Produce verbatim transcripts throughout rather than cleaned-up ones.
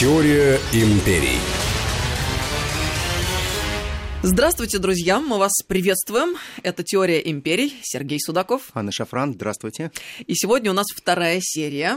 Теория империй. Здравствуйте, друзья! Мы вас приветствуем. Это «Теория империй». Сергей Судаков. Анна Шафран, здравствуйте. И сегодня у нас вторая серия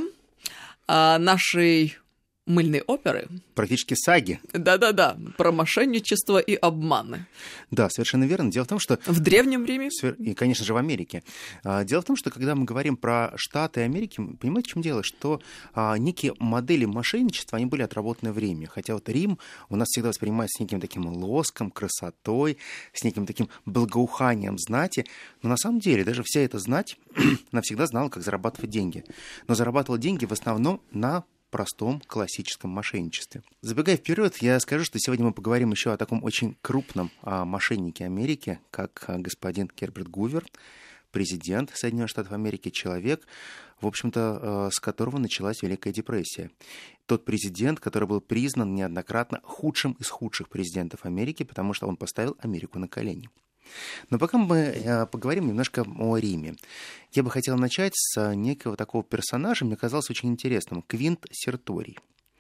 а, нашей мыльной оперы. Практически саги. Да-да-да, про мошенничество и обманы. Да, совершенно верно. Дело в том, что... В Древнем Риме. И, конечно же, в Америке. Дело в том, что когда мы говорим про Штаты Америки, понимаете, в чем дело? Что а, некие модели мошенничества, они были отработаны в Риме. Хотя вот Рим у нас всегда воспринимается с неким таким лоском, красотой, с неким таким благоуханием знати. Но на самом деле даже вся эта знать, она всегда знала, как зарабатывать деньги. Но зарабатывала деньги в основном на простом классическом мошенничестве. Забегая вперед, я скажу, что сегодня мы поговорим еще о таком очень крупном а, мошеннике Америки, как а, господин Герберт Гувер, президент Соединенных Штатов Америки, человек, в общем-то, а, с которого началась Великая депрессия. Тот президент, который был признан неоднократно худшим из худших президентов Америки, потому что он поставил Америку на колени. Но пока мы э, поговорим немножко о Риме, я бы хотел начать с некого такого персонажа, мне казалось очень интересным, Квинт Серторий.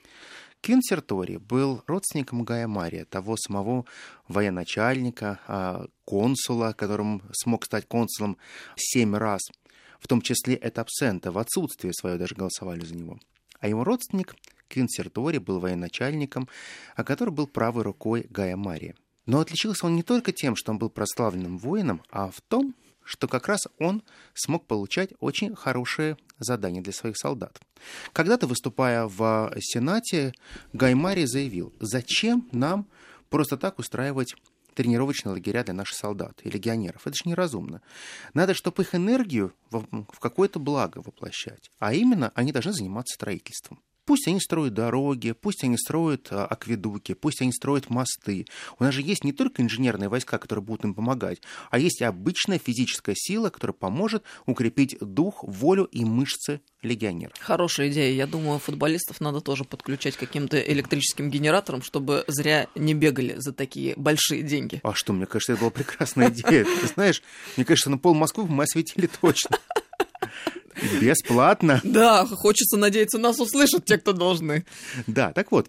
Квинт Серторий был родственником Гая Мария, того самого военачальника, э, консула, которым смог стать консулом семь раз, в том числе et absenta, в отсутствие свое даже голосовали за него. А его родственник Квинт Серторий был военачальником, а который был правой рукой Гая Мария. Но отличился он не только тем, что он был прославленным воином, а в том, что как раз он смог получать очень хорошие задания для своих солдат. Когда-то, выступая в Сенате, Гай Марий заявил: зачем нам просто так устраивать тренировочные лагеря для наших солдат и легионеров? Это же неразумно. Надо, чтобы их энергию в какое-то благо воплощать. А именно, они должны заниматься строительством. Пусть они строят дороги, пусть они строят а, акведуки, пусть они строят мосты. У нас же есть не только инженерные войска, которые будут им помогать, а есть и обычная физическая сила, которая поможет укрепить дух, волю и мышцы легионеров. Хорошая идея. Я думаю, футболистов надо тоже подключать к каким-то электрическим генераторам, чтобы зря не бегали за такие большие деньги. А что, мне кажется, это была прекрасная идея. Ты знаешь, мне кажется, на пол Москвы мы осветили точно. Бесплатно. Да, хочется надеяться, нас услышат те, кто должны. Да, так вот.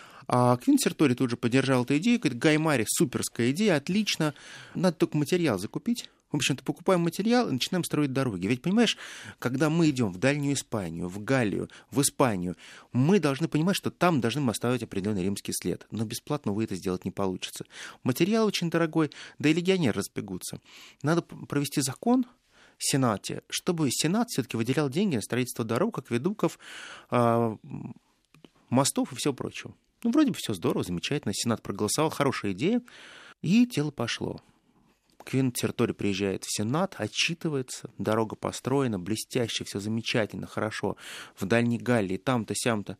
А Квинт Серторий тут же поддержал эту идею, говорит: Гай Марий, суперская идея, отлично, надо только материал закупить. В общем-то, покупаем материал и начинаем строить дороги. Ведь, понимаешь, когда мы идем в Дальнюю Испанию, в Галлию, в Испанию, мы должны понимать, что там должны мы оставить определенный римский след. Но бесплатно, увы, это сделать не получится. Материал очень дорогой, да и легионеры разбегутся. Надо провести закон в Сенате, чтобы Сенат все-таки выделял деньги на строительство дорог, акведуков, э, мостов и всего прочего. Ну, вроде бы все здорово, замечательно. Сенат проголосовал, хорошая идея, и дело пошло. Квинт Серторий приезжает в Сенат, отчитывается, дорога построена, блестяще, все замечательно, хорошо. В Дальней Галлии, там-то, сям-то.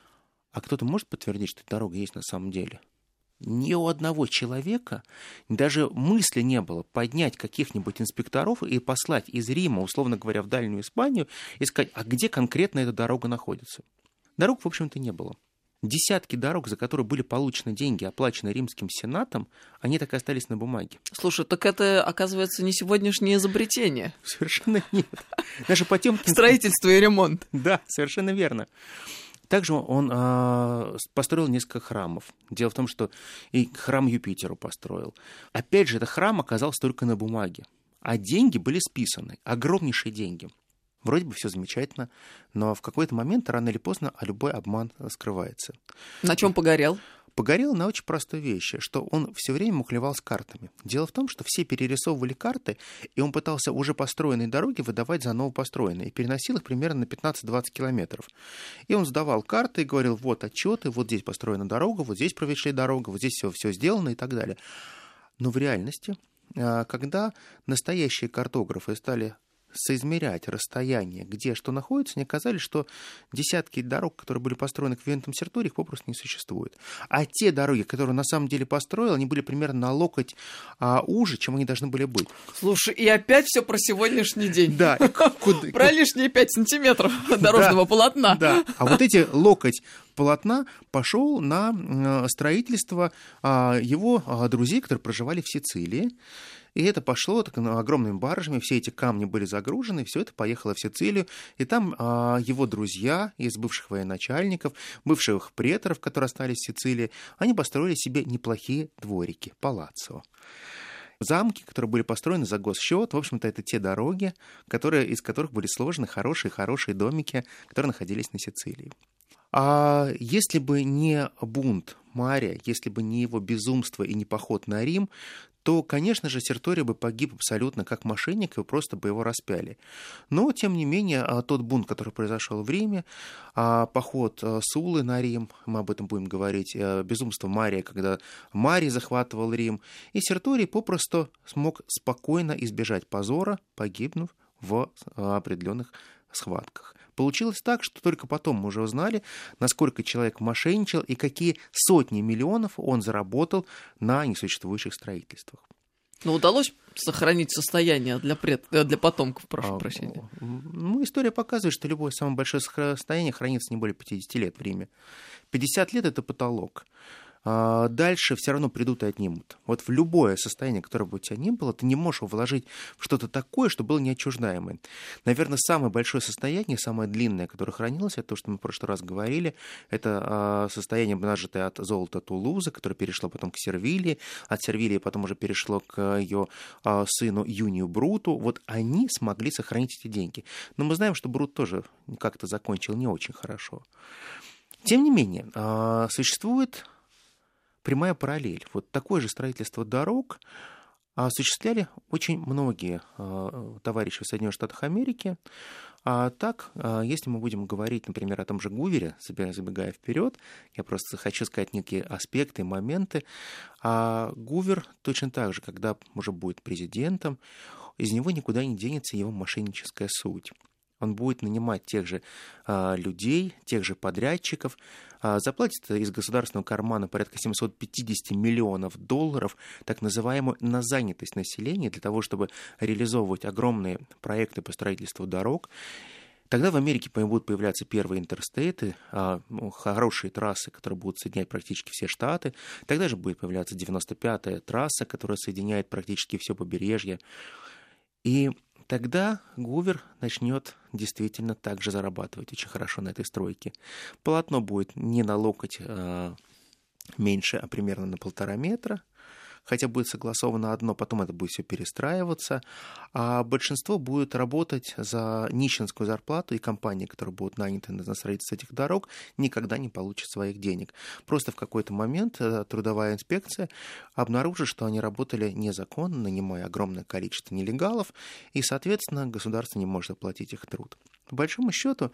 А кто-то может подтвердить, что эта дорога есть на самом деле? Ни у одного человека даже мысли не было поднять каких-нибудь инспекторов и послать из Рима, условно говоря, в Дальнюю Испанию и сказать, а где конкретно эта дорога находится. Дорог, в общем-то, не было. Десятки дорог, за которые были получены деньги, оплачены Римским Сенатом, они так и остались на бумаге. Слушай, так это, оказывается, не сегодняшнее изобретение. Совершенно нет. Даже Потёмкин... Строительство и ремонт. Да, совершенно верно. Также он э, построил несколько храмов. Дело в том, что и храм Юпитеру построил. Опять же, этот храм оказался только на бумаге. А деньги были списаны. Огромнейшие деньги. Вроде бы все замечательно, но в какой-то момент, рано или поздно, любой обман скрывается. На чем погорел? Погорел на очень простой вещи, что он все время мухлевал с картами. Дело в том, что все перерисовывали карты, и он пытался уже построенные дороги выдавать за новопостроенные, и переносил их примерно на пятнадцать-двадцать километров. И он сдавал карты и говорил, вот отчеты, вот здесь построена дорога, вот здесь провели дорогу, вот здесь все, все сделано и так далее. Но в реальности, когда настоящие картографы стали соизмерять расстояние, где что находится, мне казалось, что десятки дорог, которые были построены Квинтом Серторий, их попросту не существует. А те дороги, которые он на самом деле построил, они были примерно на локоть а, уже, чем они должны были быть. Слушай, и опять все про сегодняшний день. Да. Про лишние пять сантиметров дорожного полотна. Да. А вот эти локоть полотна пошел на строительство его друзей, которые проживали в Сицилии. И это пошло так, огромными баржами, все эти камни были загружены, все это поехало в Сицилию, и там а, его друзья из бывших военачальников, бывших преторов, которые остались в Сицилии, они построили себе неплохие дворики, палаццо. Замки, которые были построены за госсчет, в общем-то, это те дороги, которые, из которых были сложены хорошие-хорошие домики, которые находились на Сицилии. А если бы не бунт Мария, если бы не его безумство и не поход на Рим, то, конечно же, Серторий бы погиб абсолютно как мошенник, и просто бы его распяли. Но, тем не менее, тот бунт, который произошел в Риме, поход Суллы на Рим, мы об этом будем говорить, безумство Мария, когда Марий захватывал Рим, и Серторий попросту смог спокойно избежать позора, погибнув в определенных схватках. Получилось так, что только потом мы уже узнали, насколько человек мошенничал и какие сотни миллионов он заработал на несуществующих строительствах. Но удалось сохранить состояние для, пред... для потомков, прошу а, прощения? Ну, история показывает, что любое самое большое состояние хранится не более пятидесяти лет в Риме. пятьдесят лет — это потолок. Дальше все равно придут и отнимут. Вот в любое состояние, которое бы у тебя ни было, ты не можешь его вложить в что-то такое, что было неотчуждаемое. Наверное, самое большое состояние, самое длинное, которое хранилось, это то, что мы в прошлый раз говорили, это состояние, нажитое от золота Тулузы, которое перешло потом к Сервилии, от Сервилии потом уже перешло к ее сыну Юнию Бруту. Вот они смогли сохранить эти деньги. Но мы знаем, что Брут тоже как-то закончил не очень хорошо. Тем не менее, существует прямая параллель. Вот такое же строительство дорог осуществляли очень многие э, товарищи в Соединенных Штатах Америки. А так, э, если мы будем говорить, например, о том же Гувере, забегая вперед, я просто хочу сказать некие аспекты, моменты. А Гувер точно так же, когда уже будет президентом, из него никуда не денется его мошенническая суть. Он будет нанимать тех же а, людей, тех же подрядчиков, а, заплатит из государственного кармана порядка семьсот пятьдесят миллионов долларов, так называемую на занятость населения, для того, чтобы реализовывать огромные проекты по строительству дорог. Тогда в Америке будут появляться первые интерстейты, а, ну, хорошие трассы, которые будут соединять практически все штаты. Тогда же будет появляться девяносто пятая трасса, которая соединяет практически все побережье. И тогда Гувер начнет действительно также зарабатывать очень хорошо на этой стройке. Полотно будет не на локоть а, меньше, а примерно на полтора метра. Хотя будет согласовано одно, потом это будет все перестраиваться, а большинство будет работать за нищенскую зарплату, и компании, которые будут наняты на строительство этих дорог, никогда не получат своих денег. Просто в какой-то момент трудовая инспекция обнаружит, что они работали незаконно, нанимая огромное количество нелегалов, и, соответственно, государство не может оплатить их труд. По большому счету,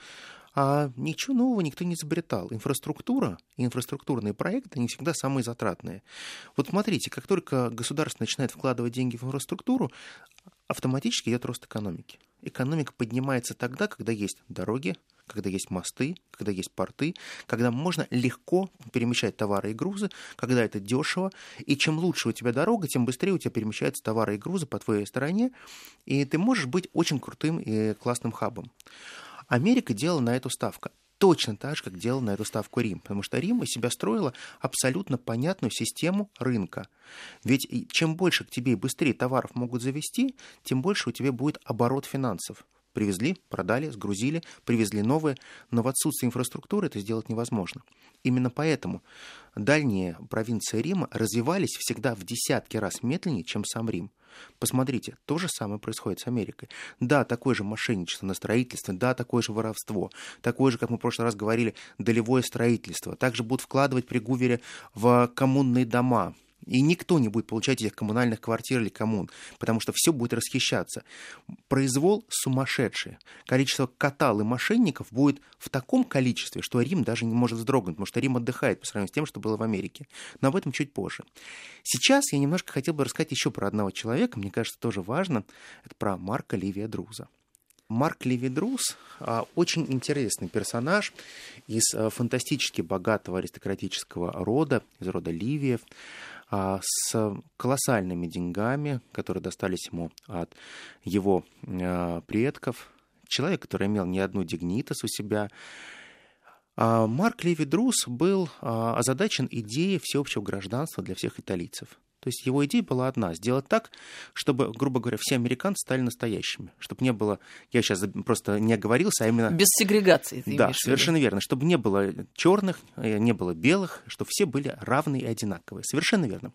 а ничего нового никто не изобретал. Инфраструктура и инфраструктурные проекты, они всегда самые затратные. Вот смотрите, как только государство начинает вкладывать деньги в инфраструктуру, автоматически идет рост экономики. Экономика поднимается тогда, когда есть дороги, когда есть мосты, когда есть порты, когда можно легко перемещать товары и грузы, когда это дешево. И чем лучше у тебя дорога, тем быстрее у тебя перемещаются товары и грузы по твоей стороне, и ты можешь быть очень крутым и классным хабом. Америка делала на эту ставку точно так же, как делал на эту ставку Рим, потому что Рим из себя строила абсолютно понятную систему рынка. Ведь чем больше к тебе и быстрее товаров могут завести, тем больше у тебя будет оборот финансов. Привезли, продали, сгрузили, привезли новые, но в отсутствии инфраструктуры это сделать невозможно. Именно поэтому дальние провинции Рима развивались всегда в десятки раз медленнее, чем сам Рим. Посмотрите, то же самое происходит с Америкой. Да, такое же мошенничество на строительстве, да, такое же воровство, такое же, как мы в прошлый раз говорили, долевое строительство. Также будут вкладывать при Гувере в коммунные дома. И никто не будет получать этих коммунальных квартир или коммун, потому что все будет расхищаться. Произвол сумасшедший. Количество катал и мошенников будет в таком количестве, что Рим даже не может вздрогнуть, потому что Рим отдыхает по сравнению с тем, что было в Америке. Но об этом чуть позже. Сейчас я немножко хотел бы рассказать еще про одного человека, мне кажется, тоже важно. Это про Марка Ливия Друза. Марк Ливий Друз – очень интересный персонаж из фантастически богатого аристократического рода, из рода Ливиев, с колоссальными деньгами, которые достались ему от его предков. Человек, который имел не одну дигнитас у себя. Марк Ливий Друз был озадачен идеей всеобщего гражданства для всех италийцев. То есть его идея была одна — сделать так, чтобы, грубо говоря, все американцы стали настоящими. Чтобы не было, я сейчас просто не оговорился, а именно... Без сегрегации, ты Да, имеешь в виду. совершенно верно. Чтобы не было черных, не было белых, чтобы все были равные и одинаковые. Совершенно верно.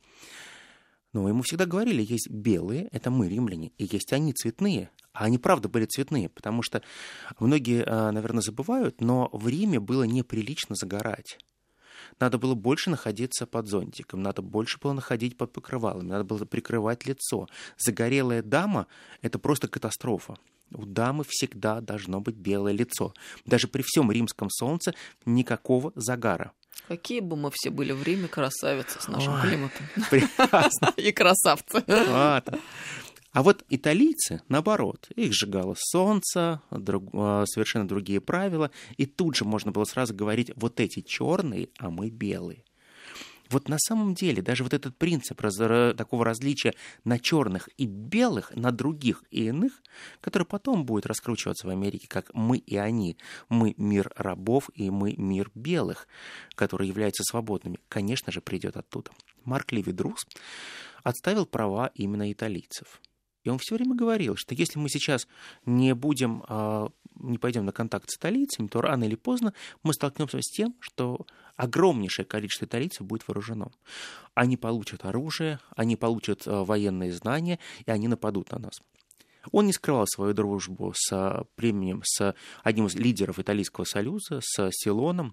Но ему всегда говорили, есть белые, это мы, римляне, и есть они, цветные. А они, правда, были цветные, потому что многие, наверное, забывают, но в Риме было неприлично загорать. Надо было больше находиться под зонтиком, надо больше было находить под покрывалами, надо было прикрывать лицо. Загорелая дама — это просто катастрофа. У дамы всегда должно быть белое лицо. Даже при всем римском солнце никакого загара. Какие бы мы все были в Риме красавицы с нашим Ой, климатом. прекрасно. И красавцы. Ладно. А вот италийцы, наоборот, их сжигало солнце, друг, совершенно другие правила, и тут же можно было сразу говорить, вот эти черные, а мы белые. Вот на самом деле даже вот этот принцип раз, такого различия на черных и белых, на других и иных, который потом будет раскручиваться в Америке, как мы и они, мы мир рабов и мы мир белых, которые являются свободными, конечно же, придет оттуда. Марк Ливий Друс отставил права именно италийцев. И он все время говорил, что если мы сейчас не будем, не пойдем на контакт с италийцами, то рано или поздно мы столкнемся с тем, что огромнейшее количество италийцев будет вооружено. Они получат оружие, они получат военные знания, и они нападут на нас. Он не скрывал свою дружбу с племенем, с одним из лидеров Италийского союза, с Силоном,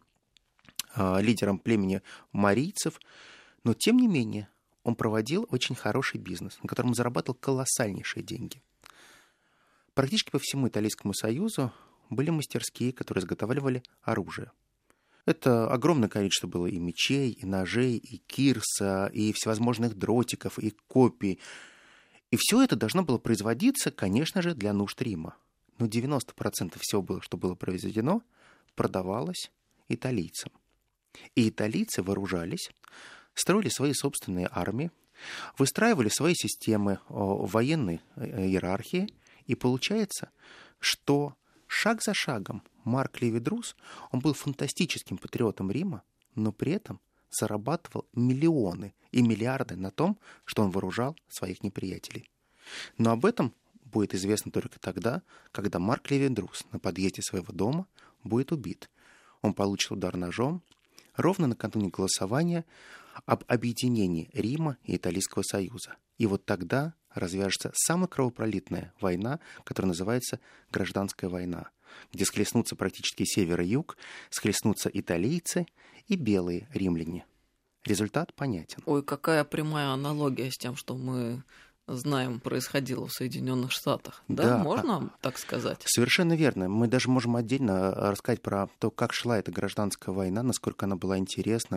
лидером племени марийцев, но тем не менее он проводил очень хороший бизнес, на котором зарабатывал колоссальнейшие деньги. Практически по всему Италийскому союзу были мастерские, которые изготавливали оружие. Это огромное количество было и мечей, и ножей, и кирс, и всевозможных дротиков, и копий. И все это должно было производиться, конечно же, для нужд Рима. Но девяносто процентов всего, было, что было произведено, продавалось италийцам. И италийцы вооружались, строили свои собственные армии, выстраивали свои системы военной иерархии, и получается, что шаг за шагом Марк Ливий Друс, он был фантастическим патриотом Рима, но при этом зарабатывал миллионы и миллиарды на том, что он вооружал своих неприятелей. Но об этом будет известно только тогда, когда Марк Ливий Друс на подъезде своего дома будет убит. Он получит удар ножом ровно накануне голосования об объединении Рима и Италийского союза. И вот тогда развяжется самая кровопролитная война, которая называется Гражданская война, где схлестнутся практически север и юг, схлестнутся италийцы и белые римляне. Результат понятен. Ой, какая прямая аналогия с тем, что мы знаем, происходило в Соединенных Штатах. Да, Да, можно а- так сказать? Совершенно верно. Мы даже можем отдельно рассказать про то, как шла эта гражданская война, насколько она была интересна.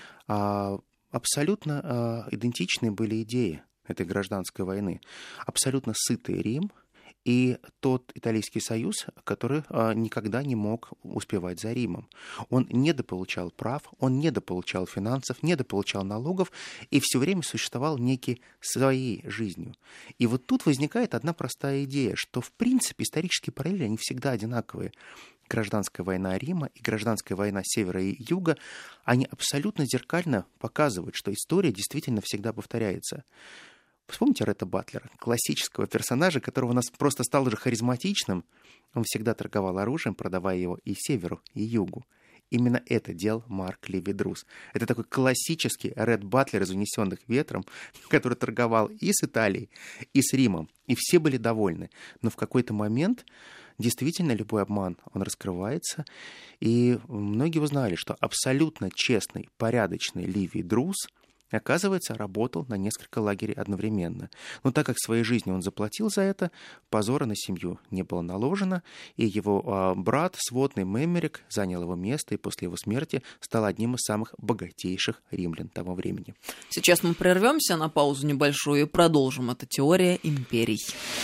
А, Абсолютно а, идентичные были идеи этой гражданской войны. Абсолютно сытый Рим и тот Италийский союз, который а, никогда не мог успевать за Римом. Он недополучал прав, он недополучал финансов, недополучал налогов и все время существовал некий своей жизнью. И вот тут возникает одна простая идея, что в принципе исторические параллели, они всегда одинаковые. Гражданская война Рима и гражданская война севера и юга, они абсолютно зеркально показывают, что история действительно всегда повторяется. Вспомните Ретта Батлера, классического персонажа, которого у нас просто стал уже харизматичным. Он всегда торговал оружием, продавая его и северу, и югу. Именно это делал Марк Ливий Друс. Это такой классический Ред Батлер из «Унесенных ветром», который торговал и с Италией, и с Римом. И все были довольны. Но в какой-то момент действительно любой обман, он раскрывается. И многие узнали, что абсолютно честный, порядочный Ливий Друс, оказывается, работал на несколько лагерей одновременно. Но так как в своей жизни он заплатил за это, позора на семью не было наложено, и его а, брат, сводный Мемерик, занял его место и после его смерти стал одним из самых богатейших римлян того времени. Сейчас мы прервемся на паузу небольшую и продолжим. Это «Теория империй».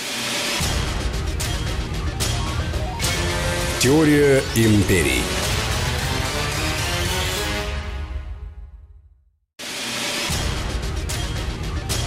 Теория империй.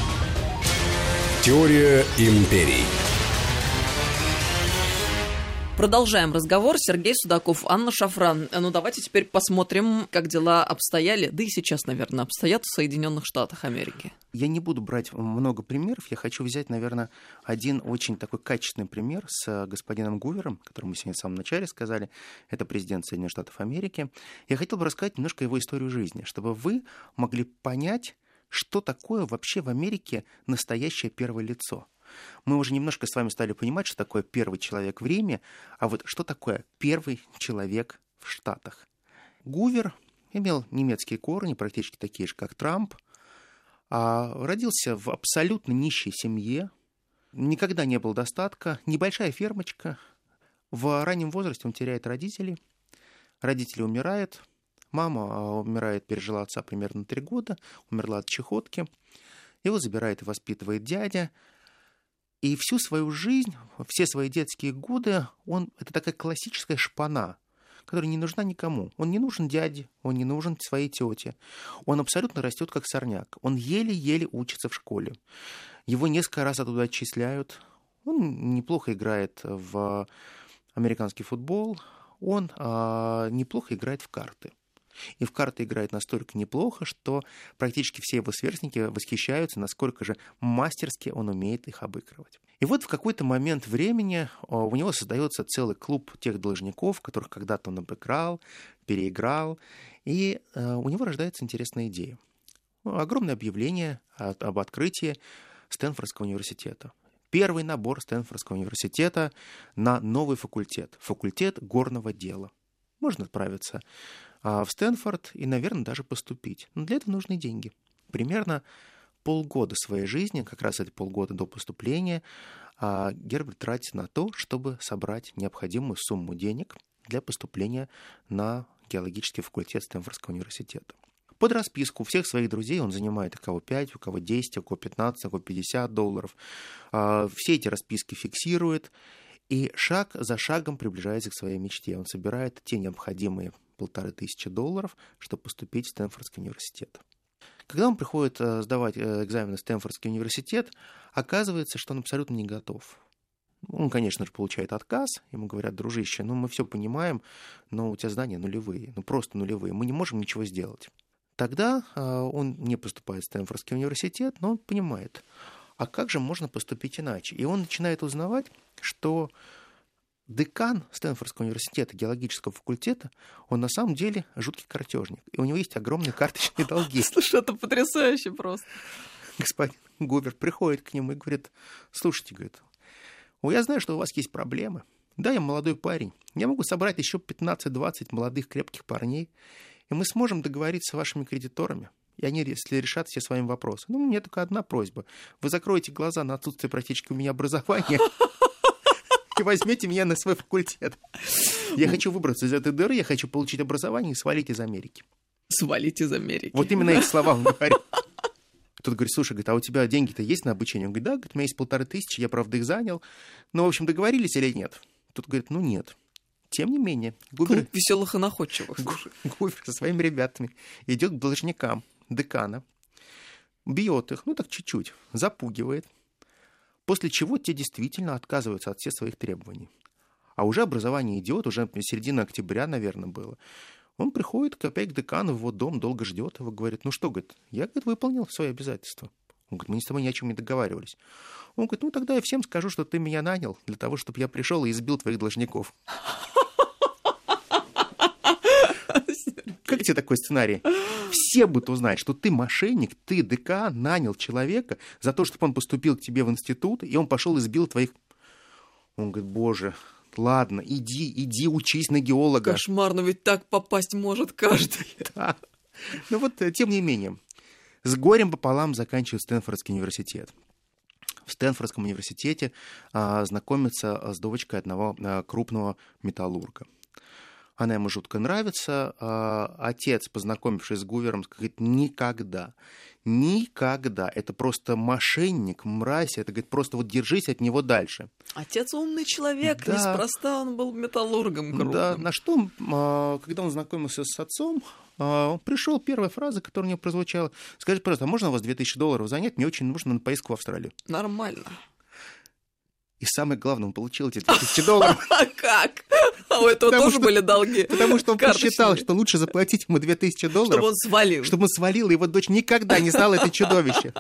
Теория империй. Продолжаем разговор. Сергей Судаков, Анна Шафран. Ну, давайте теперь посмотрим, как дела обстояли, да и сейчас, наверное, обстоят в Соединенных Штатах Америки. Я не буду брать много примеров. Я хочу взять, наверное, один очень такой качественный пример с господином Гувером, который мы сегодня в самом начале сказали. Это президент Соединенных Штатов Америки. Я хотел бы рассказать немножко его историю жизни, чтобы вы могли понять, что такое вообще в Америке настоящее первое лицо. Мы уже немножко с вами стали понимать, что такое первый человек в Риме, а вот что такое первый человек в Штатах. Гувер имел немецкие корни, практически такие же, как Трамп, а родился в абсолютно нищей семье, никогда не было достатка, небольшая фермочка. В раннем возрасте он теряет родителей, родители умирают, мама умирает, пережила отца примерно три года, умерла от чехотки, его забирает и воспитывает дядя. И всю свою жизнь, все свои детские годы, он, это такая классическая шпана, которая не нужна никому. Он не нужен дяде, он не нужен своей тете. Он абсолютно растет как сорняк. Он еле-еле учится в школе. Его несколько раз оттуда отчисляют. Он неплохо играет в американский футбол. Он а, неплохо играет в карты. И в карты играет настолько неплохо, что практически все его сверстники восхищаются, насколько же мастерски он умеет их обыгрывать. И вот в какой-то момент времени у него создается целый клуб тех должников, которых когда-то он обыграл, переиграл, и у него рождается интересная идея. Огромное объявление об открытии Стэнфордского университета. Первый набор Стэнфордского университета на новый факультет, факультет горного дела. Можно отправиться в Стэнфорд и, наверное, даже поступить. Но для этого нужны деньги. Примерно полгода своей жизни, как раз эти полгода до поступления, Герберт тратит на то, чтобы собрать необходимую сумму денег для поступления на геологический факультет Стэнфордского университета. Под расписку у всех своих друзей он занимает у кого пять, у кого десять, у кого пятнадцать, у кого пятьдесят долларов. Все эти расписки фиксирует и шаг за шагом приближается к своей мечте. Он собирает те необходимые полторы тысячи долларов, чтобы поступить в Стэнфордский университет. Когда он приходит сдавать экзамены в Стэнфордский университет, оказывается, что он абсолютно не готов. Он, конечно же, получает отказ. Ему говорят: дружище, ну мы все понимаем, но у тебя знания нулевые, ну просто нулевые, мы не можем ничего сделать. Тогда он не поступает в Стэнфордский университет, но он понимает, а как же можно поступить иначе? И он начинает узнавать, что декан Стэнфордского университета, геологического факультета, он на самом деле жуткий картежник. И у него есть огромные карточные долги. Слушай, это потрясающе просто. Господин Гувер приходит к нему и говорит: слушайте, говорит, я знаю, что у вас есть проблемы. Да, я молодой парень. Я могу собрать еще пятнадцать-двадцать молодых крепких парней, и мы сможем договориться с вашими кредиторами. И они, если решат все свои вопросы. Ну, у меня только одна просьба. Вы закроете глаза на отсутствие практически у меня образования и возьмите меня на свой факультет. Я хочу выбраться из этой дыры, я хочу получить образование и свалить из Америки. Свалить из Америки. Вот именно эти слова он говорит. Тут говорит: слушай, говорит, а у тебя деньги-то есть на обучение? Он говорит: да, говорит, у меня есть полторы тысячи, я, правда, их занял. Ну, в общем, договорились или нет? Тут говорит: ну, нет. Тем не менее, Гувер... веселых и находчивых. Гувер со своими ребятами идет к должникам декана, бьет их, ну так чуть-чуть, запугивает, после чего те действительно отказываются от всех своих требований. А уже образование идет, уже середина октября, наверное, было. Он приходит опять к декану в его дом, долго ждет его, говорит: ну что, говорит, я, говорит, выполнил свои обязательства. Он говорит: мы с тобой ни о чем не договаривались. Он говорит: ну тогда я всем скажу, что ты меня нанял для того, чтобы я пришел и избил твоих должников. Как тебе такой сценарий? Все будут узнать, что ты мошенник, ты декан нанял человека за то, чтобы он поступил к тебе в институт, и он пошел и избил твоих... Он говорит: боже, ладно, иди, иди учись на геолога. Кошмар, но ведь так попасть может каждый. Да. Ну вот, тем не менее, с горем пополам заканчивает Стэнфордский университет. В Стэнфордском университете а, знакомится с дочкой одного а, крупного металлурга. Она ему жутко нравится. А, отец, познакомившись с Гувером, говорит: никогда, никогда. Это просто мошенник, мразь. Это, говорит, просто вот держись от него дальше. Отец умный человек, да. Неспроста он был металлургом крупным. Да, на что, когда он знакомился с отцом, он пришел, первая фраза, которая у него прозвучала: скажите, пожалуйста, а можно у вас две тысячи долларов занять? Мне очень нужно на поездку в Австралию. Нормально. И самое главное, он получил эти две тысячи долларов. А как? А у этого тоже были долги? Потому что он посчитал, что лучше заплатить ему две тысячи долларов. Чтобы он свалил. Чтобы он свалил, и его дочь никогда не знала это чудовище.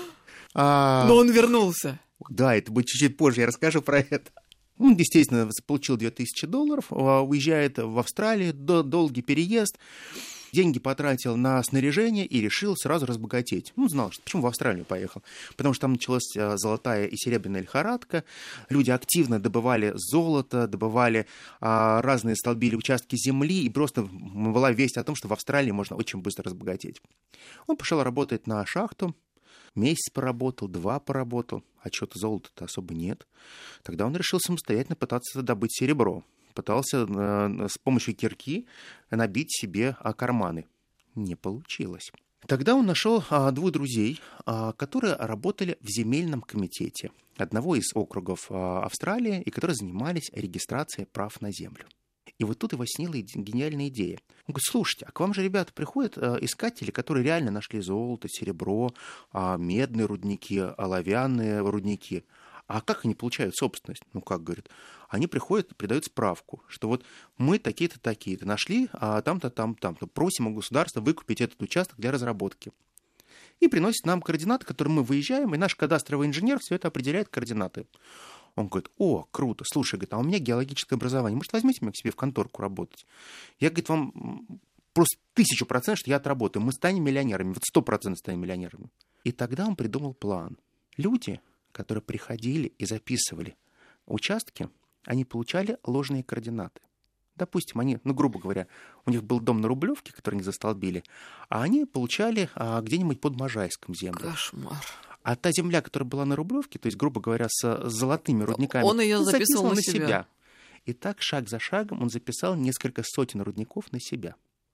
Но он вернулся. Да, это будет чуть-чуть позже, я расскажу про это. Он, естественно, получил две тысячи долларов, уезжает в Австралию, долгий переезд, деньги потратил на снаряжение и решил сразу разбогатеть. Ну, знал, что почему в Австралию поехал. Потому что там началась золотая и серебряная лихорадка. Люди активно добывали золото, добывали а, разные столбили участки земли, и просто была весть о том, что в Австралии можно очень быстро разбогатеть. Он пошел работать на шахту. Месяц поработал, два поработал, а что-то золота-то особо нет. Тогда он решил самостоятельно пытаться добыть серебро. Пытался э, с помощью кирки набить себе а, карманы. Не получилось. Тогда он нашел а, двух друзей, а, которые работали в земельном комитете одного из округов а, Австралии, и которые занимались регистрацией прав на землю. И вот тут его снила гениальная идея. Он говорит, слушайте, а к вам же ребята приходят э, искатели, которые реально нашли золото, серебро, э, медные рудники, оловянные рудники. А как они получают собственность? Ну, как, говорит, они приходят и придают справку, что вот мы такие-то, такие-то нашли, а там-то, там, там-то. Просим у государства выкупить этот участок для разработки. И приносит нам координаты, которые мы выезжаем, и наш кадастровый инженер все это определяет координаты. Он говорит, о, круто, слушай, говорит, а у меня геологическое образование, может, возьмите меня к себе в конторку работать? Я, говорит, вам просто тысячу процентов, что я отработаю, мы станем миллионерами, вот сто процентов станем миллионерами. И тогда он придумал план. Люди, которые приходили и записывали участки, они получали ложные координаты. Допустим, они, ну, грубо говоря, у них был дом на Рублевке, который они застолбили, а они получали а, где-нибудь под Можайском землю. Кошмар. А та земля, которая была на Рублевке, то есть, грубо говоря, с золотыми рудниками, он ее записывал, записывал на на себя. себя. И так, шаг за шагом, он записал несколько сотен рудников на себя.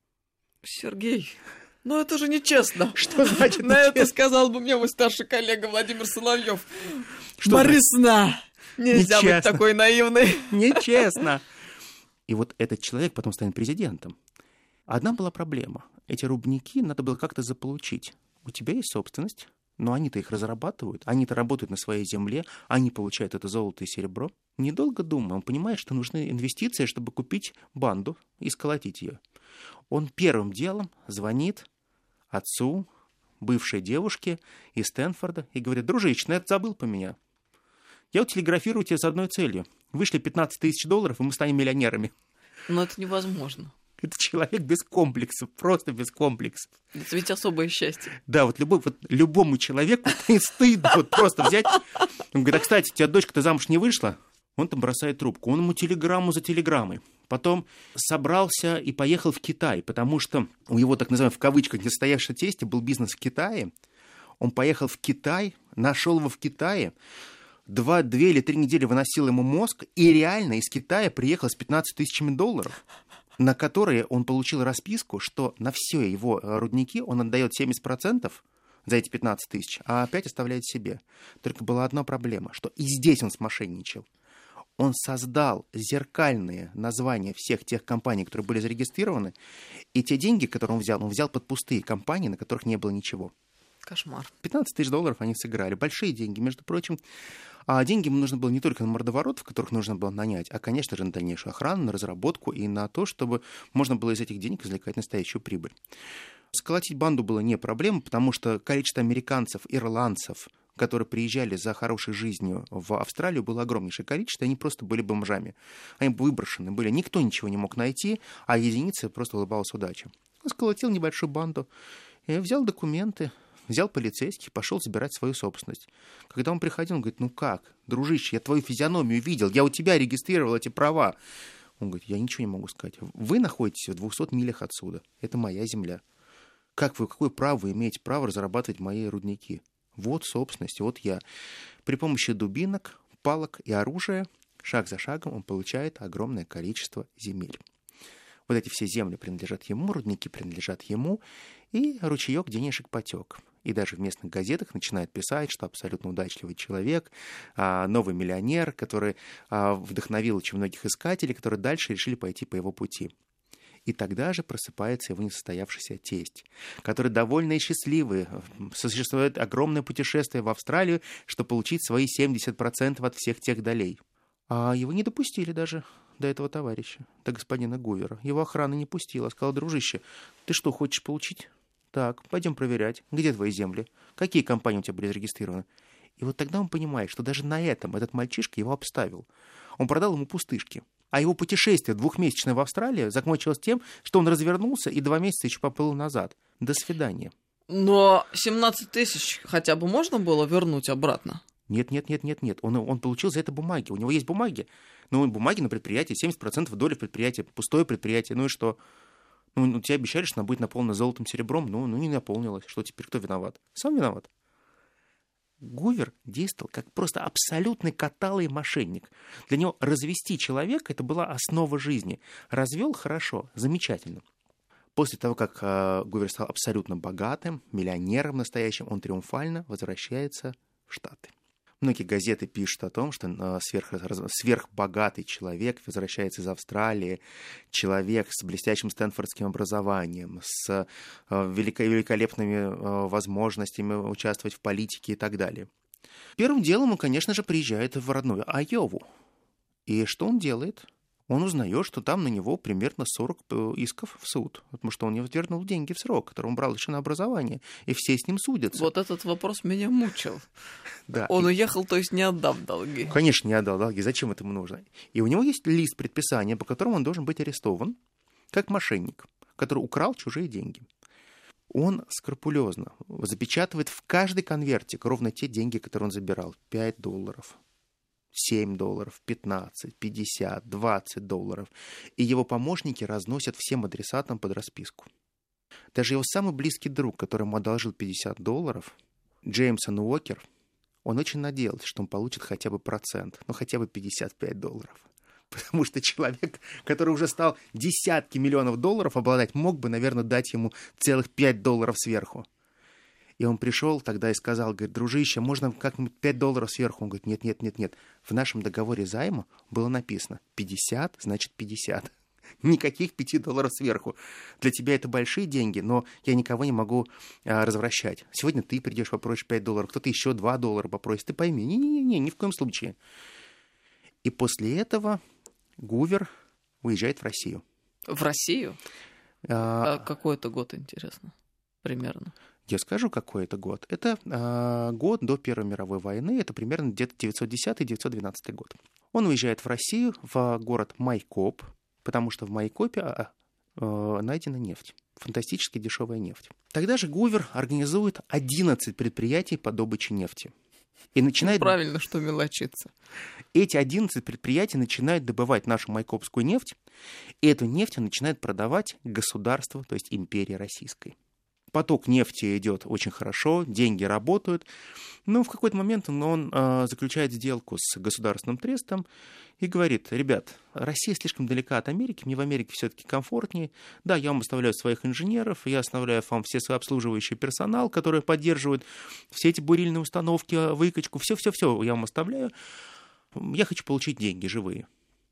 Сергей, ну это же нечестно. Что значит на нечестно? это сказал бы мне мой старший коллега Владимир Соловьев. Что Борисна, нельзя Нечестно. быть такой наивной. Нечестно. И вот этот человек потом станет президентом. Одна была проблема. Эти рудники надо было как-то заполучить. У тебя есть собственность, но они-то их разрабатывают, они-то работают на своей земле, они получают это золото и серебро. Недолго думая, он понимает, что нужны инвестиции, чтобы купить банду и сколотить ее. Он первым делом звонит отцу бывшей девушки из Стэнфорда и говорит, дружище, ну я забыл про меня. Я вот телеграфирую тебе с одной целью. Вышли пятнадцать тысяч долларов, и мы станем миллионерами. Но это невозможно. Это человек без комплексов, просто без комплексов. Это ведь особое счастье. Да, вот, любой, вот любому человеку стыдно вот просто взять. Он говорит, а, кстати, у тебя дочка-то замуж не вышла? Он там бросает трубку. Он ему телеграмму за телеграммой. Потом собрался и поехал в Китай, потому что у его, так называемого, в кавычках, несостоявшего тестя был бизнес в Китае. Он поехал в Китай, нашел его в Китае, Два, две или три недели выносил ему мозг, и реально из Китая приехал с пятнадцатью тысячами долларов, на которые он получил расписку, что на все его рудники он отдает семьдесят процентов за эти пятнадцать тысяч, а пять оставляет себе. Только была одна проблема, что и здесь он смошенничал. Он создал зеркальные названия всех тех компаний, которые были зарегистрированы, и те деньги, которые он взял, он взял под пустые компании, на которых не было ничего. Кошмар. пятнадцать тысяч долларов они сыграли. Большие деньги, между прочим. А деньги ему нужно было не только на мордоворотов, которых нужно было нанять, а, конечно же, на дальнейшую охрану, на разработку и на то, чтобы можно было из этих денег извлекать настоящую прибыль. Сколотить банду было не проблема, потому что количество американцев, ирландцев, которые приезжали за хорошей жизнью в Австралию, было огромнейшее количество, и они просто были бомжами. Они выброшены были, никто ничего не мог найти, а единицы просто улыбалась удача. Он сколотил небольшую банду, и взял документы, взял полицейский, пошел забирать свою собственность. Когда он приходил, он говорит, ну как, дружище, я твою физиономию видел, я у тебя регистрировал эти права. Он говорит, я ничего не могу сказать. Вы находитесь в двухстах милях отсюда, это моя земля. Как вы, какое право вы имеете право разрабатывать мои рудники? Вот собственность, вот я. При помощи дубинок, палок и оружия, шаг за шагом, он получает огромное количество земель. Вот эти все земли принадлежат ему, рудники принадлежат ему, и ручеек денежек потек. И даже в местных газетах начинают писать, что абсолютно удачливый человек, новый миллионер, который вдохновил очень многих искателей, которые дальше решили пойти по его пути. И тогда же просыпается его несостоявшийся тесть, который довольный и счастливый, существует огромное путешествие в Австралию, чтобы получить свои семьдесят процентов от всех тех долей. А его не допустили даже до этого товарища, до господина Гувера. Его охрана не пустила, сказала: дружище, ты что, хочешь получить? Так, пойдем проверять, где твои земли, какие компании у тебя были зарегистрированы. И вот тогда он понимает, что даже на этом этот мальчишка его обставил. Он продал ему пустышки. А его путешествие двухмесячное в Австралию закончилось тем, что он развернулся и два месяца еще поплыл назад. До свидания. Но семнадцать тысяч хотя бы можно было вернуть обратно? Нет, нет, нет, нет, нет. Он, он получил за это бумаги. У него есть бумаги. Ну, бумаги на предприятии, семьдесят процентов доли в предприятии, пустое предприятие. Ну и что? Ну, тебе обещали, что она будет наполнена золотом, серебром. Ну, ну, не наполнилась. Что теперь? Кто виноват? Сам виноват. Гувер действовал как просто абсолютный каталый мошенник. Для него развести человека — это была основа жизни. Развел — хорошо, замечательно. После того, как э, Гувер стал абсолютно богатым, миллионером настоящим, он триумфально возвращается в Штаты. Многие газеты пишут о том, что э, сверх, сверхбогатый человек возвращается из Австралии, человек с блестящим стэнфордским образованием, с э, велико- великолепными э, возможностями участвовать в политике и так далее. Первым делом он, конечно же, приезжает в родную Айову. И что он делает? Он узнает, что там на него примерно сорок исков в суд, потому что он не вернул деньги в срок, который он брал еще на образование, и все с ним судятся. Вот этот вопрос меня мучил. Да. Он и... уехал, то есть не отдав долги. Конечно, не отдал долги. Зачем это ему нужно? И у него есть лист предписания, по которому он должен быть арестован, как мошенник, который украл чужие деньги. Он скрупулезно запечатывает в каждый конвертик ровно те деньги, которые он забирал. пять долларов. семь долларов, пятнадцать, пятьдесят, двадцать долларов. И его помощники разносят всем адресатам под расписку. Даже его самый близкий друг, который ему одолжил пятьдесят долларов, Джеймсон Уокер, он очень надеялся, что он получит хотя бы процент, ну хотя бы пятьдесят пять долларов. Потому что человек, который уже стал десятки миллионов долларов обладать, мог бы, наверное, дать ему целых пять долларов сверху. И он пришел тогда и сказал, говорит: дружище, можно как-нибудь пять долларов сверху? Он говорит: нет, нет, нет, нет. В нашем договоре займа было написано пятьдесят, значит пятьдесят. Никаких пяти долларов сверху. Для тебя это большие деньги, но я никого не могу а, развращать. Сегодня ты придешь, попросишь пять долларов, кто-то еще два доллара попросит. Ты пойми, не-не-не, ни в коем случае. И после этого Гувер уезжает в Россию. В Россию? А... А какой это год, интересно, примерно? Я скажу, какой это год. Это э, год до Первой мировой войны, это примерно где-то девятьсот десятый - девятьсот двенадцатый год. Он уезжает в Россию, в город Майкоп, потому что в Майкопе э, э, найдена нефть, фантастически дешевая нефть. Тогда же Гувер организует одиннадцать предприятий по добыче нефти. И начинает... Ну, правильно, что мелочиться. Эти одиннадцать предприятий начинают добывать нашу майкопскую нефть, и эту нефть он начинает продавать государству, то есть империи российской. Поток нефти идет очень хорошо, деньги работают, но в какой-то момент он, он э, заключает сделку с государственным трестом и говорит: ребят, Россия слишком далека от Америки, мне в Америке все-таки комфортнее, да, я вам оставляю своих инженеров, я оставляю вам все свой обслуживающий персонал, который поддерживает все эти бурильные установки, выкачку, все-все-все я вам оставляю, я хочу получить деньги живые.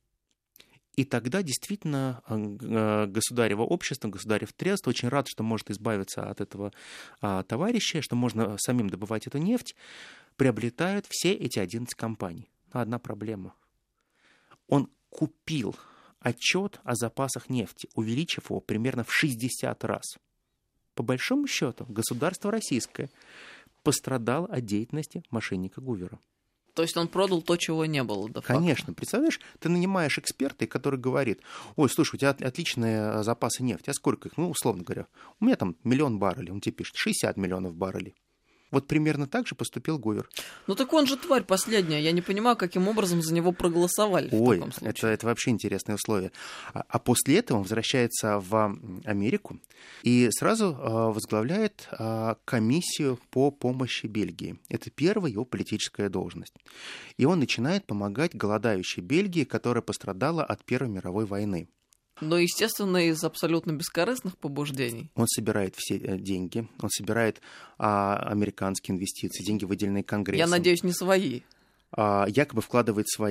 И тогда действительно государево общество, государев трест очень рад, что может избавиться от этого а, товарища, что можно самим добывать эту нефть, приобретают все эти одиннадцать компаний. Но одна проблема. Он купил отчет о запасах нефти, увеличив его примерно в шестьдесят раз. По большому счету, государство российское пострадало от деятельности мошенника Гувера. То есть он продал то, чего не было до факта. Конечно. Представляешь, ты нанимаешь эксперта, который говорит: ой, слушай, у тебя отличные запасы нефти, а сколько их? Ну, условно говоря, у меня там миллион баррелей, он тебе пишет шестьдесят миллионов баррелей. Вот примерно так же поступил Гувер. Ну так он же тварь последняя. Я не понимаю, каким образом за него проголосовали. Ой, в таком случае. это, это вообще интересное условие. А, а после этого он возвращается в Америку и сразу а, возглавляет а, комиссию по помощи Бельгии. Это первая его политическая должность. И он начинает помогать голодающей Бельгии, которая пострадала от Первой мировой войны. Но, естественно, из абсолютно бескорыстных побуждений. Он собирает все деньги, он собирает а, американские инвестиции, деньги, выделенные Конгрессом. Я надеюсь, не свои. А, якобы вкладывает свои,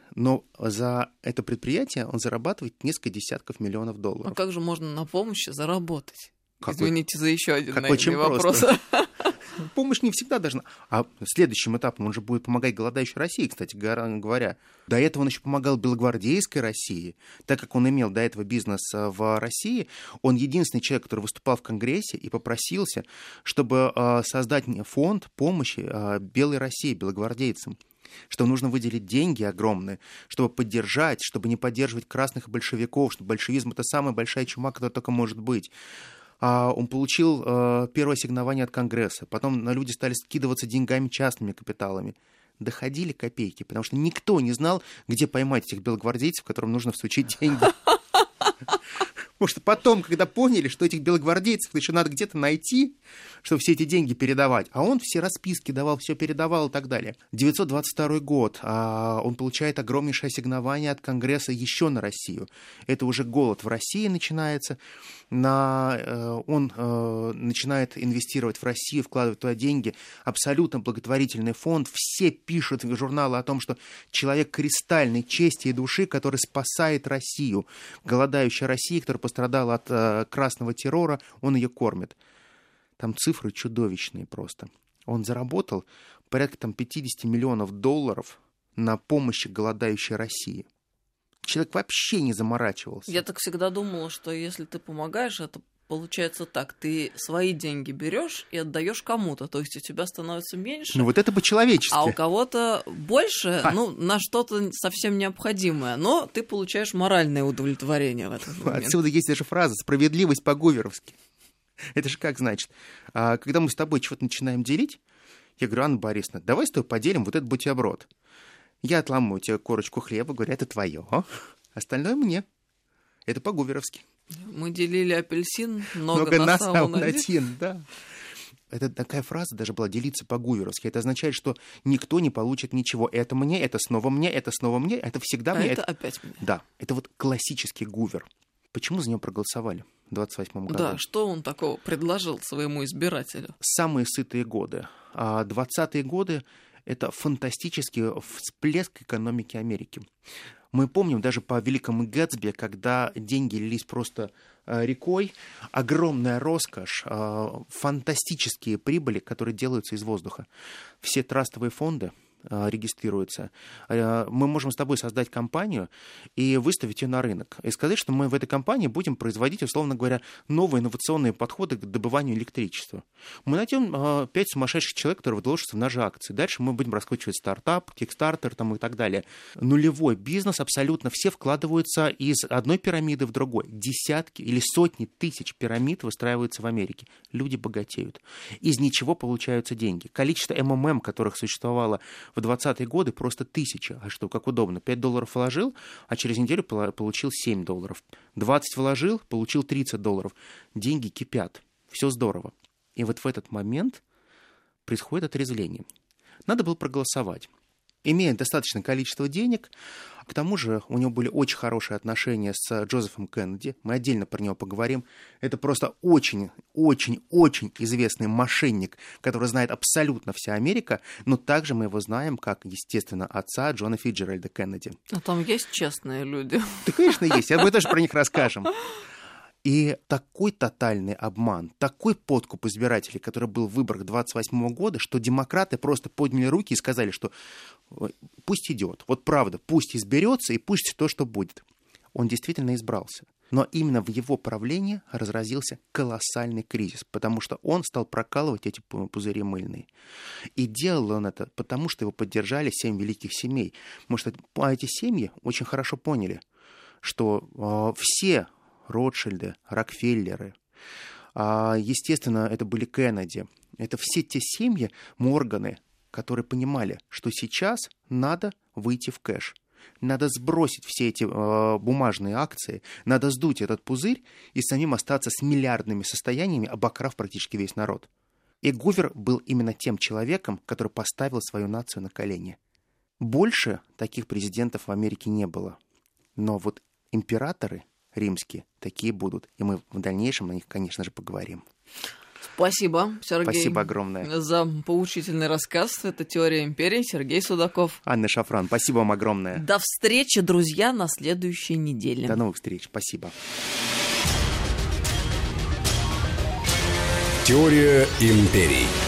но за это предприятие он зарабатывает несколько десятков миллионов долларов. А как же можно на помощи заработать? Как Извините за еще один как наивный очень вопрос. просто. Помощь не всегда должна... А следующим этапом он же будет помогать голодающей России, кстати говоря. До этого он еще помогал белогвардейской России. Так как он имел до этого бизнес в России, он единственный человек, который выступал в Конгрессе и попросился, чтобы создать фонд помощи Белой России, белогвардейцам. Что нужно выделить деньги огромные, чтобы поддержать, чтобы не поддерживать красных и большевиков, что большевизм — это самая большая чума, которая только может быть. Он получил первое ассигнование от Конгресса, потом на люди стали скидываться деньгами, частными капиталами. Доходили копейки, потому что никто не знал, где поймать этих белогвардейцев, которым нужно всучить деньги. Потому что потом, когда поняли, что этих белогвардейцев еще надо где-то найти, чтобы все эти деньги передавать, а он все расписки давал, все передавал и так далее. девятьсот двадцать второй год, а он получает огромнейшее ассигнование от Конгресса еще на Россию. Это уже голод в России начинается. На, он э, начинает инвестировать в Россию, вкладывать туда деньги. Абсолютно благотворительный фонд. Все пишут в журналы о том, что человек кристальной чести и души, который спасает Россию. Голодающая Россия, которая пострадала от э, красного террора, он ее кормит. Там цифры чудовищные просто. Он заработал порядка там, пятьдесят миллионов долларов на помощи голодающей России. Человек вообще не заморачивался. Я так всегда думала, что если ты помогаешь, это получается так. Ты свои деньги берешь и отдаешь кому-то. То есть у тебя становится меньше. Ну вот это по-человечески. А у кого-то больше, а. ну, на что-то совсем необходимое. Но ты получаешь моральное удовлетворение в этот момент. Отсюда есть даже фраза «справедливость по-гуверовски». Это же как значит? Когда мы с тобой чего-то начинаем делить, я говорю: Анна Борисовна, давай с тобой поделим вот этот бутерброд. Я отламываю тебе корочку хлеба, говорю: это твое, остальное мне. Это по-гуверовски. Мы делили апельсин, много, много на сау на один, да. Это такая фраза даже была: делиться по-гуверовски. Это означает, что никто не получит ничего. Это мне, это снова мне, это снова мне, это всегда а мне. Это, это опять мне. Да, это вот классический гувер. Почему за него проголосовали в двадцать восьмом году? Да, что он такого предложил своему избирателю? Самые сытые годы. двадцатые годы — это фантастический всплеск экономики Америки. Мы помним даже по «Великому Гэтсби», когда деньги лились просто рекой, огромная роскошь, фантастические прибыли, которые делаются из воздуха. Все трастовые фонды регистрируются. Мы можем с тобой создать компанию и выставить ее на рынок. И сказать, что мы в этой компании будем производить, условно говоря, новые инновационные подходы к добыванию электричества. Мы найдем пять сумасшедших человек, которые вложатся в наши акции. Дальше мы будем раскручивать стартап, кикстартер там, и так далее. Нулевой бизнес, абсолютно все вкладываются из одной пирамиды в другой. Десятки или сотни тысяч пирамид выстраиваются в Америке. Люди богатеют. Из ничего получаются деньги. Количество эм эм эм, которых существовало в двадцатые годы, просто тысяча. А что, как удобно. пять долларов вложил, а через неделю получил семь долларов. двадцать вложил, получил тридцать долларов. Деньги кипят. Все здорово. И вот в этот момент происходит отрезвление. Надо было проголосовать. Имея достаточное количество денег, к тому же у него были очень хорошие отношения с Джозефом Кеннеди. Мы отдельно про него поговорим. Это просто очень-очень-очень известный мошенник, который знает абсолютно вся Америка, но также мы его знаем как, естественно, отца Джона Фицджеральда Кеннеди. А там есть честные люди? Да, конечно, есть. Мы тоже про них расскажем. И такой тотальный обман, такой подкуп избирателей, который был в выборах двадцать восьмого года, что демократы просто подняли руки и сказали, что пусть идет. Вот правда, пусть изберется и пусть то, что будет. Он действительно избрался. Но именно в его правлении разразился колоссальный кризис, потому что он стал прокалывать эти пузыри мыльные. И делал он это потому, что его поддержали семь великих семей. Потому что эти семьи очень хорошо поняли, что э, все Ротшильды, Рокфеллеры, а, естественно, это были Кеннеди. Это все те семьи, Морганы, которые понимали, что сейчас надо выйти в кэш. Надо сбросить все эти э, бумажные акции, надо сдуть этот пузырь и самим остаться с миллиардными состояниями, обокрав практически весь народ. И Гувер был именно тем человеком, который поставил свою нацию на колени. Больше таких президентов в Америке не было. Но вот императоры римские такие будут. И мы в дальнейшем о них, конечно же, поговорим. Спасибо, Сергей. Спасибо огромное. За поучительный рассказ. Это «Теория империи». Сергей Судаков. Анна Шафран, спасибо вам огромное. До встречи, друзья, на следующей неделе. До новых встреч. Спасибо. Теория империй.